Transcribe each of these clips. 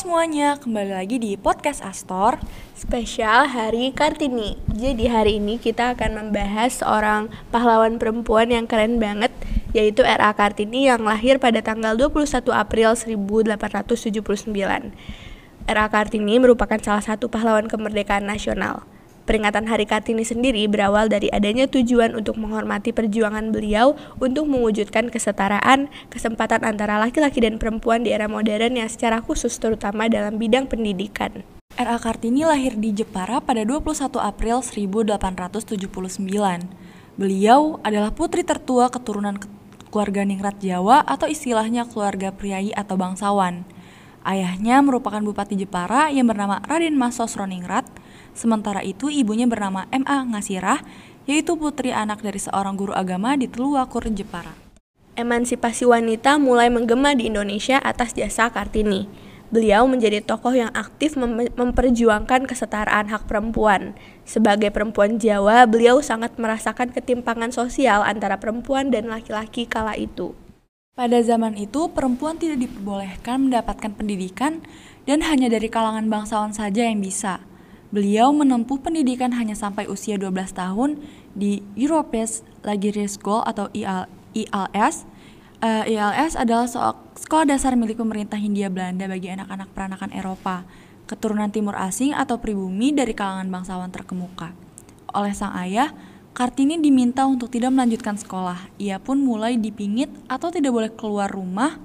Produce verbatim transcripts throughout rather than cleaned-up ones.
semuanya, kembali lagi di Podcast Astor Spesial Hari Kartini. Jadi hari ini kita akan membahas seorang pahlawan perempuan yang keren banget, yaitu R A Kartini yang lahir pada tanggal dua puluh satu April seribu delapan ratus tujuh puluh sembilan. R A Kartini merupakan salah satu pahlawan kemerdekaan nasional. Peringatan Hari Kartini sendiri berawal dari adanya tujuan untuk menghormati perjuangan beliau untuk mewujudkan kesetaraan, kesempatan antara laki-laki dan perempuan di era modern yang secara khusus terutama dalam bidang pendidikan. R A Kartini lahir di Jepara pada dua puluh satu April seribu delapan ratus tujuh puluh sembilan. Beliau adalah putri tertua keturunan keluarga Ningrat Jawa atau istilahnya keluarga priayi atau bangsawan. Ayahnya merupakan Bupati Jepara yang bernama Raden Mas Sosroningrat. Sementara itu ibunya bernama M A Ngasirah, yaitu putri anak dari seorang guru agama di Tluwakur, Jepara. Emansipasi wanita mulai menggema di Indonesia atas jasa Kartini. Beliau menjadi tokoh yang aktif mem- memperjuangkan kesetaraan hak perempuan. Sebagai perempuan Jawa, beliau sangat merasakan ketimpangan sosial antara perempuan dan laki-laki kala itu. Pada zaman itu, perempuan tidak diperbolehkan mendapatkan pendidikan dan hanya dari kalangan bangsawan saja yang bisa. Beliau menempuh pendidikan hanya sampai usia dua belas tahun di Europese Lagere School atau I L S. Uh, I L S adalah so- sekolah dasar milik pemerintah Hindia Belanda bagi anak-anak peranakan Eropa, keturunan timur asing atau pribumi dari kalangan bangsawan terkemuka. Oleh sang ayah, Kartini diminta untuk tidak melanjutkan sekolah. Ia pun mulai dipingit atau tidak boleh keluar rumah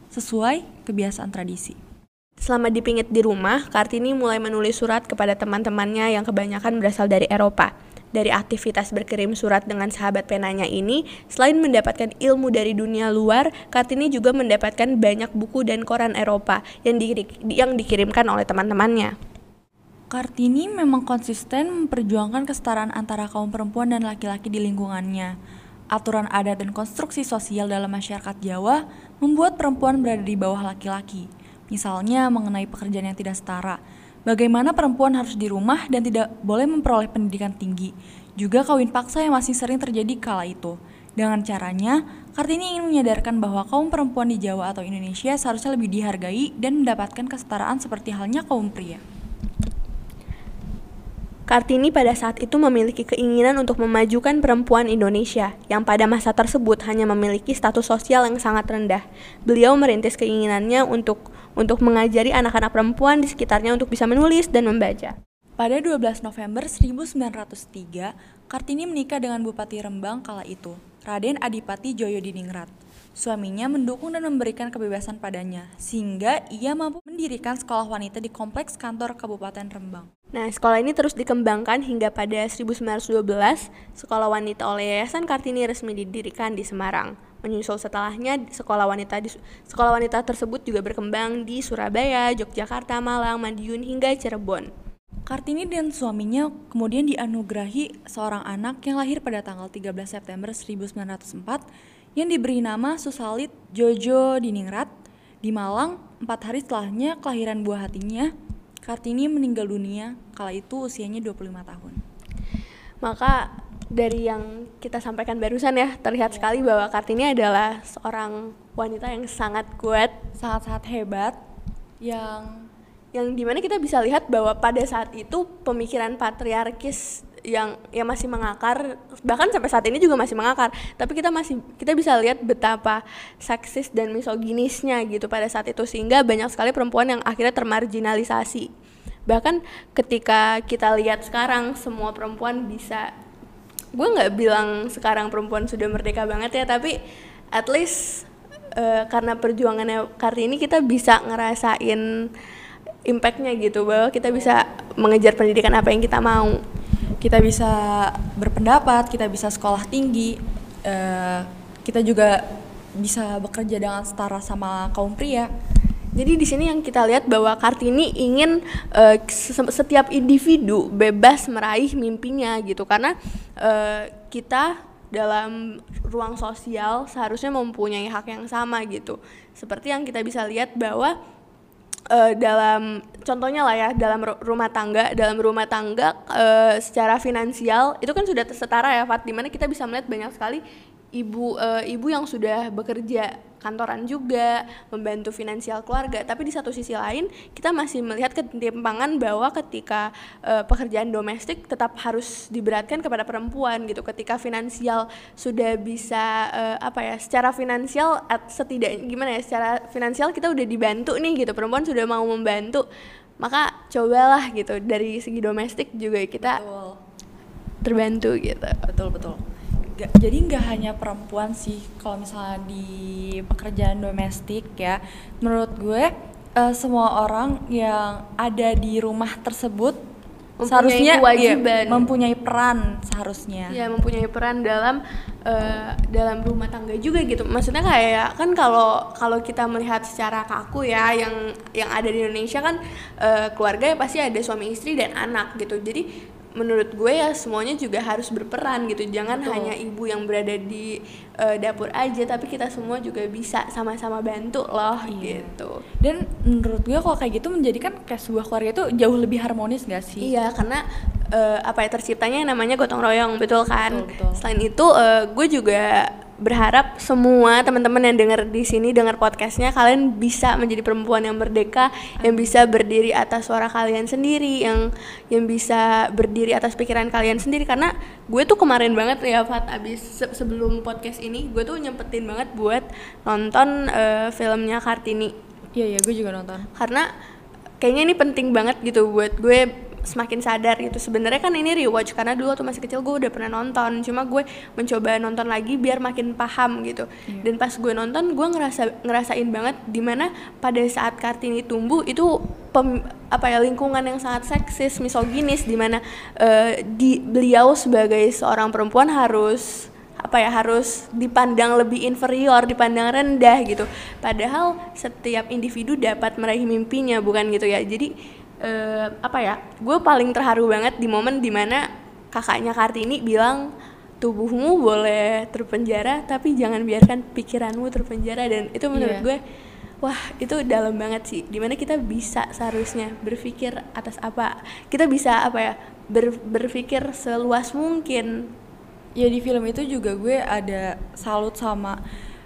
sesuai kebiasaan tradisi. Selama dipingit di rumah, Kartini mulai menulis surat kepada teman-temannya yang kebanyakan berasal dari Eropa. Dari aktivitas berkirim surat dengan sahabat penanya ini, selain mendapatkan ilmu dari dunia luar, Kartini juga mendapatkan banyak buku dan koran Eropa yang, di- yang dikirimkan oleh teman-temannya. Kartini memang konsisten memperjuangkan kesetaraan antara kaum perempuan dan laki-laki di lingkungannya. Aturan adat dan konstruksi sosial dalam masyarakat Jawa membuat perempuan berada di bawah laki-laki. Misalnya mengenai pekerjaan yang tidak setara, bagaimana perempuan harus di rumah dan tidak boleh memperoleh pendidikan tinggi, juga kawin paksa yang masih sering terjadi kala itu. Dengan caranya, Kartini ingin menyadarkan bahwa kaum perempuan di Jawa atau Indonesia seharusnya lebih dihargai dan mendapatkan kesetaraan seperti halnya kaum pria. Kartini pada saat itu memiliki keinginan untuk memajukan perempuan Indonesia, yang pada masa tersebut hanya memiliki status sosial yang sangat rendah. Beliau merintis keinginannya untuk untuk mengajari anak-anak perempuan di sekitarnya untuk bisa menulis dan membaca. Pada dua belas November seribu sembilan ratus tiga, Kartini menikah dengan Bupati Rembang kala itu, Raden Adipati Djoyo-Diningrat. Suaminya mendukung dan memberikan kebebasan padanya, sehingga ia mampu mendirikan sekolah wanita di kompleks kantor Kabupaten Rembang. Nah, sekolah ini terus dikembangkan hingga pada seribu sembilan ratus dua belas, sekolah wanita oleh Yayasan Kartini resmi didirikan di Semarang. Menyusul setelahnya, sekolah wanita di, sekolah wanita tersebut juga berkembang di Surabaya, Yogyakarta, Malang, Madiun, hingga Cirebon. Kartini dan suaminya kemudian dianugerahi seorang anak yang lahir pada tanggal tiga belas September seribu sembilan ratus empat yang diberi nama Susalit Djojo Diningrat. Di Malang, empat hari setelahnya kelahiran buah hatinya, Kartini meninggal dunia, kala itu usianya dua puluh lima tahun. Maka dari yang kita sampaikan barusan ya, terlihat sekali bahwa Kartini adalah seorang wanita yang sangat kuat, Sangat-sangat hebat, yang yang dimana kita bisa lihat bahwa pada saat itu pemikiran patriarkis yang yang masih mengakar, bahkan sampai saat ini juga masih mengakar, tapi kita masih kita bisa lihat betapa seksis dan misoginisnya gitu pada saat itu, sehingga banyak sekali perempuan yang akhirnya termarginalisasi. Bahkan ketika kita lihat sekarang semua perempuan bisa, gue nggak bilang sekarang perempuan sudah merdeka banget ya, tapi at least uh, karena perjuangannya Kartini kita bisa ngerasain impact-nya gitu, bahwa kita bisa mengejar pendidikan apa yang kita mau. kita bisa berpendapat, kita bisa sekolah tinggi, uh, kita juga bisa bekerja dengan setara sama kaum pria. Jadi di sini yang kita lihat bahwa Kartini ingin uh, setiap individu bebas meraih mimpinya gitu, karena uh, kita dalam ruang sosial seharusnya mempunyai hak yang sama gitu. Seperti yang kita bisa lihat bahwa Uh, dalam contohnya lah ya, dalam rumah tangga, dalam rumah tangga uh, secara finansial itu kan sudah setara ya, Fat, dimana kita bisa melihat banyak sekali ibu uh, ibu yang sudah bekerja kantoran juga, membantu finansial keluarga. Tapi di satu sisi lain kita masih melihat ketimpangan bahwa ketika uh, pekerjaan domestik tetap harus diberatkan kepada perempuan gitu. Ketika finansial sudah bisa uh, apa ya, secara finansial setidaknya gimana ya, secara finansial kita udah dibantu nih gitu, perempuan sudah mau membantu, maka cobalah gitu dari segi domestik juga kita Betul. terbantu gitu. Betul betul. Gak, jadi nggak hanya perempuan sih kalau misalnya di pekerjaan domestik ya, menurut gue uh, semua orang yang ada di rumah tersebut mempunyai seharusnya kewajiban, ya, mempunyai peran seharusnya. Ya, mempunyai peran dalam uh, dalam rumah tangga juga gitu. Maksudnya kayak kan kalau kalau kita melihat secara kaku ya, yang yang ada di Indonesia kan uh, keluarga ya pasti ada suami istri dan anak gitu. Jadi menurut gue ya semuanya juga harus berperan gitu. Jangan Betul. hanya ibu yang berada di uh, dapur aja, tapi kita semua juga bisa sama-sama bantu loh. Iya. Gitu. Dan menurut gue kalau kayak gitu menjadikan kayak sebuah keluarga itu jauh lebih harmonis gak sih? Iya, karena uh, apa ya, terciptanya namanya gotong royong, betul kan? Betul, betul. Selain itu uh, gue juga berharap semua teman-teman yang dengar di sini, dengar podcastnya, kalian bisa menjadi perempuan yang merdeka, yang bisa berdiri atas suara kalian sendiri, yang yang bisa berdiri atas pikiran kalian sendiri. Karena gue tuh kemarin banget ya Fat, abis se- sebelum podcast ini gue tuh nyempetin banget buat nonton uh, filmnya Kartini. Iya iya, gue juga nonton. Karena kayaknya ini penting banget gitu buat gue semakin sadar gitu. Sebenarnya kan ini rewatch karena dulu waktu masih kecil gue udah pernah nonton, cuma gue mencoba nonton lagi biar makin paham gitu. Yeah. Dan pas gue nonton gue ngerasa ngerasain banget dimana pada saat Kartini tumbuh itu pem, apa ya, lingkungan yang sangat seksis, misoginis, dimana uh, di beliau sebagai seorang perempuan harus apa ya, harus dipandang lebih inferior, dipandang rendah gitu. Padahal setiap individu dapat meraih mimpinya, bukan gitu ya. Jadi Uh, apa ya, gue paling terharu banget di momen dimana kakaknya Kartini bilang, tubuhmu boleh terpenjara tapi jangan biarkan pikiranmu terpenjara. Dan itu menurut yeah. gue, wah itu dalam banget sih, dimana kita bisa seharusnya berpikir atas apa, kita bisa apa ya, ber, berpikir seluas mungkin. Ya di film itu juga gue ada salut sama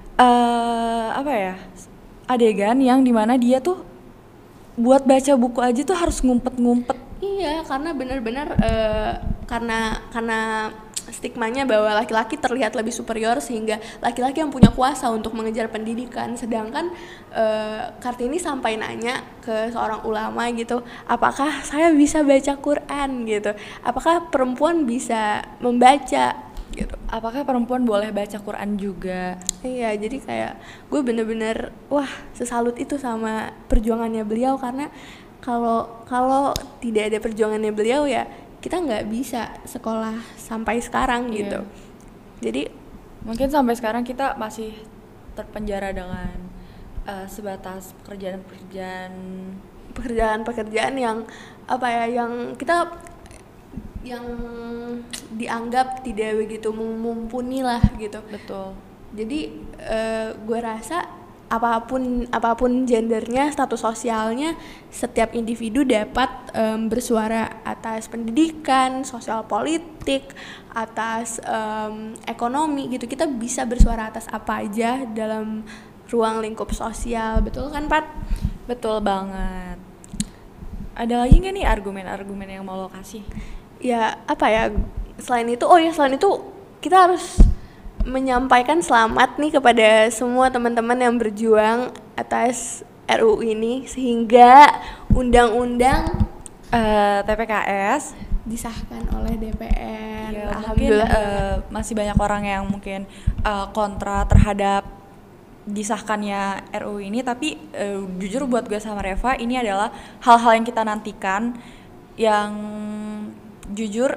uh, apa ya, adegan yang dimana dia tuh buat baca buku aja tuh harus ngumpet-ngumpet. Iya, karena benar-benar uh, karena karena stigmanya bahwa laki-laki terlihat lebih superior sehingga laki-laki yang punya kuasa untuk mengejar pendidikan. Sedangkan uh, Kartini sampai nanya ke seorang ulama gitu, apakah saya bisa baca Quran gitu? Apakah perempuan bisa membaca gitu? Apakah perempuan boleh baca Quran juga? Iya, jadi kayak gue bener-bener wah sesalut itu sama perjuangannya beliau. Karena kalau kalau tidak ada perjuangannya beliau ya kita nggak bisa sekolah sampai sekarang iya. gitu. Jadi mungkin sampai sekarang kita masih terpenjara dengan uh, sebatas pekerjaan-pekerjaan pekerjaan-pekerjaan yang apa ya, yang kita yang dianggap tidak begitu mumpuni lah gitu. Betul. Jadi uh, gue rasa apapun apapun gendernya, status sosialnya, setiap individu dapat um, bersuara atas pendidikan, sosial politik, atas um, ekonomi gitu. Kita bisa bersuara atas apa aja dalam ruang lingkup sosial, betul kan Pat? Betul banget. Ada lagi nggak nih argumen-argumen yang mau lo kasih? Ya apa ya, selain itu, oh ya selain itu kita harus menyampaikan selamat nih kepada semua teman-teman yang berjuang atas R U U ini sehingga undang-undang uh, T P K S disahkan oleh D P R. Ya, alhamdulillah. Mungkin uh, masih banyak orang yang mungkin uh, kontra terhadap disahkannya R U U ini, tapi uh, jujur buat gue sama Reva ini adalah hal-hal yang kita nantikan, yang jujur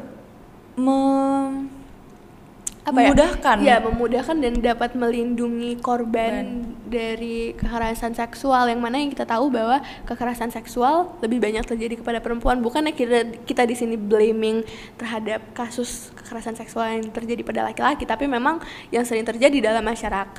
mem- apa memudahkan ya? ya memudahkan dan dapat melindungi korban ben. dari kekerasan seksual, yang mana yang kita tahu bahwa kekerasan seksual lebih banyak terjadi kepada perempuan. Bukannya kita kita di sini blaming terhadap kasus kekerasan seksual yang terjadi pada laki-laki, tapi memang yang sering terjadi dalam masyarakat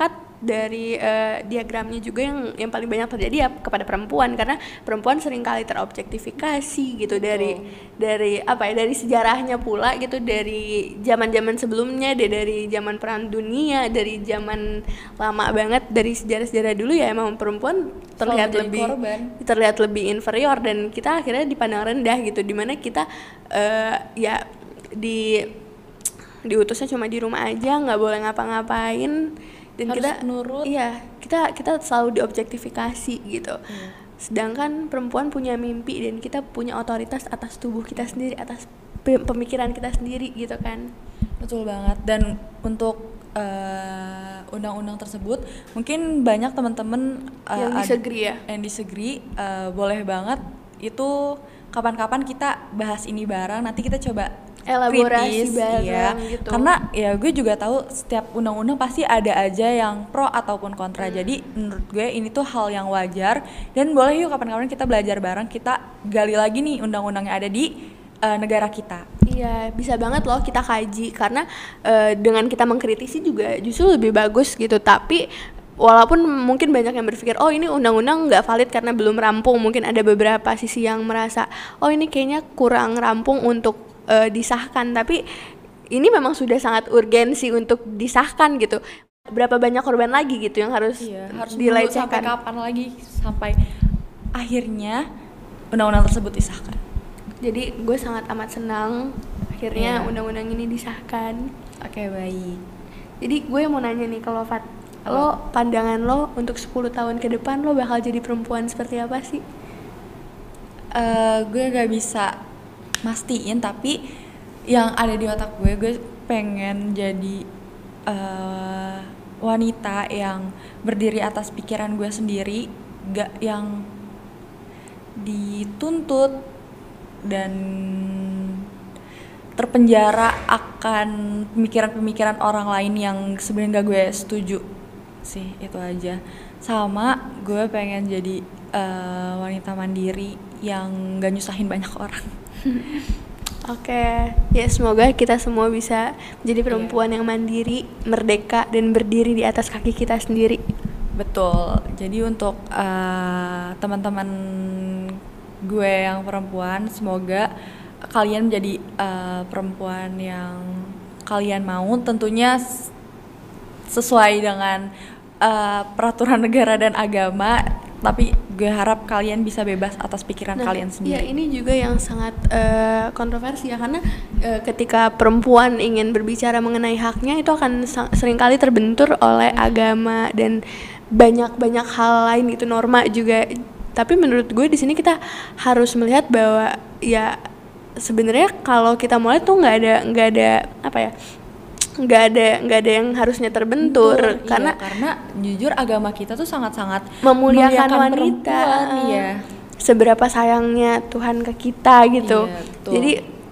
dari uh, diagramnya juga yang yang paling banyak terjadi ya kepada perempuan, karena perempuan seringkali terobjektifikasi gitu dari oh. dari apa ya dari sejarahnya pula gitu, dari zaman-zaman sebelumnya, dari dari zaman perang dunia, dari zaman lama banget, dari sejarah-sejarah dulu ya emang perempuan terlihat lebih korban. terlihat lebih inferior dan kita akhirnya dipandang rendah gitu, dimana kita uh, ya di diutusnya cuma di rumah aja, nggak boleh ngapa-ngapain dan harus kita nurut. Iya, kita kita selalu diobjektifikasi gitu. Hmm. Sedangkan perempuan punya mimpi dan kita punya otoritas atas tubuh kita sendiri, atas pemikiran kita sendiri gitu kan. Betul banget. Dan untuk uh, undang-undang tersebut mungkin banyak teman-teman uh, yang disagree ya. Yang disagree uh, boleh banget itu kapan-kapan kita bahas ini bareng, nanti kita coba elaborasi kritis, bareng iya. gitu. Karena ya gue juga tahu setiap undang-undang pasti ada aja yang pro ataupun kontra. Hmm. Jadi menurut gue ini tuh hal yang wajar dan boleh yuk kapan-kapan kita belajar bareng, kita gali lagi nih undang-undang yang ada di uh, negara kita. Iya, bisa banget loh kita kaji, karena uh, dengan kita mengkritisi juga justru lebih bagus gitu. Tapi walaupun mungkin banyak yang berpikir oh ini undang-undang nggak valid karena belum rampung, mungkin ada beberapa sisi yang merasa oh ini kayaknya kurang rampung untuk Uh, disahkan, tapi ini memang sudah sangat urgensi untuk disahkan gitu. Berapa banyak korban lagi gitu yang harus iya, harus dilecehkan? Sampai kapan lagi sampai akhirnya undang-undang tersebut disahkan? Jadi gue sangat amat senang akhirnya yeah. undang-undang ini disahkan. Oke, okay, baik. Jadi gue mau nanya nih kalau Fat, oh. lo pandangan lo untuk sepuluh tahun ke depan lo bakal jadi perempuan seperti apa sih? Uh, gue gak bisa mastiin, tapi yang ada di otak gue, gue pengen jadi uh, wanita yang berdiri atas pikiran gue sendiri, gak yang dituntut dan terpenjara akan pemikiran-pemikiran orang lain yang sebenarnya gak gue setuju sih. Itu aja. Sama gue pengen jadi uh, wanita mandiri yang gak nyusahin banyak orang. Oke, okay. Ya semoga kita semua bisa menjadi perempuan yeah. yang mandiri, merdeka, dan berdiri di atas kaki kita sendiri. Betul. Jadi untuk uh, teman-teman gue yang perempuan, semoga kalian menjadi uh, perempuan yang kalian mau, tentunya sesuai dengan uh, peraturan negara dan agama. Tapi gue harap kalian bisa bebas atas pikiran nah, kalian sendiri. Ya ini juga yang sangat uh, kontroversi ya, karena uh, ketika perempuan ingin berbicara mengenai haknya itu akan seringkali terbentur oleh agama dan banyak-banyak hal lain gitu, norma juga. Tapi menurut gue di sini kita harus melihat bahwa ya sebenarnya kalau kita mulai tuh nggak ada nggak ada apa ya nggak ada nggak ada yang harusnya terbentur. Bentur, karena iya, karena jujur agama kita tuh sangat-sangat memuliakan, memuliakan wanita iya. Seberapa sayangnya Tuhan ke kita gitu. Iya, jadi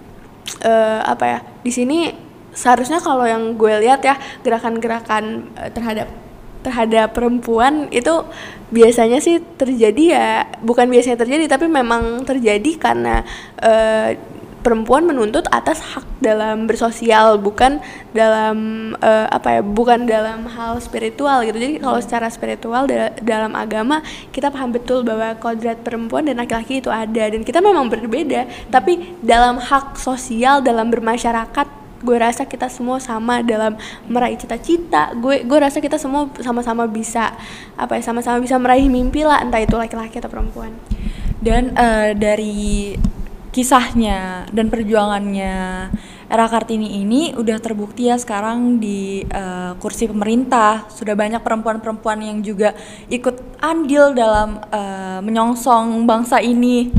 uh, apa ya di sini seharusnya kalau yang gue lihat ya gerakan-gerakan uh, terhadap terhadap perempuan itu biasanya sih terjadi ya bukan biasanya terjadi tapi memang terjadi karena uh, perempuan menuntut atas hak dalam bersosial, bukan dalam uh, apa ya, bukan dalam hal spiritual gitu. Jadi kalau secara spiritual da- dalam agama kita paham betul bahwa kodrat perempuan dan laki-laki itu ada dan kita memang berbeda. Tapi dalam hak sosial, dalam bermasyarakat, gue rasa kita semua sama dalam meraih cita-cita. Gue gue rasa kita semua sama-sama bisa apa ya, sama-sama bisa meraih mimpi lah, entah itu laki-laki atau perempuan. Dan uh, dari kisahnya dan perjuangannya Era Kartini ini udah terbukti ya sekarang di uh, kursi pemerintah. Sudah banyak perempuan-perempuan yang juga ikut andil dalam uh, menyongsong bangsa ini.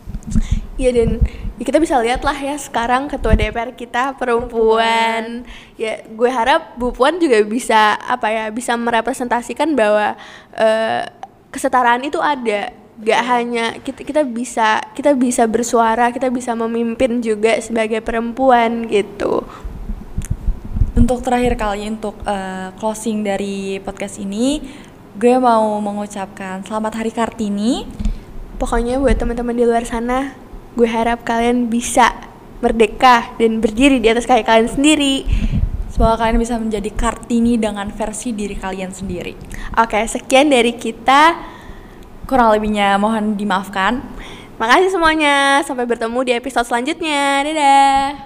Iya, dan ya kita bisa lihat lah ya sekarang ketua D P R kita perempuan. Ya gue harap Bu Puan juga bisa apa ya bisa merepresentasikan bahwa uh, kesetaraan itu ada. Gak hanya kita kita bisa kita bisa bersuara, kita bisa memimpin juga sebagai perempuan gitu. Untuk terakhir kali untuk uh, closing dari podcast ini, gue mau mengucapkan selamat Hari Kartini. Pokoknya buat teman-teman di luar sana, gue harap kalian bisa merdeka dan berdiri di atas kaki kalian sendiri. Semoga kalian bisa menjadi Kartini dengan versi diri kalian sendiri. Oke, sekian dari kita. Kurang lebihnya mohon dimaafkan. Makasih semuanya. Sampai bertemu di episode selanjutnya. Dadah.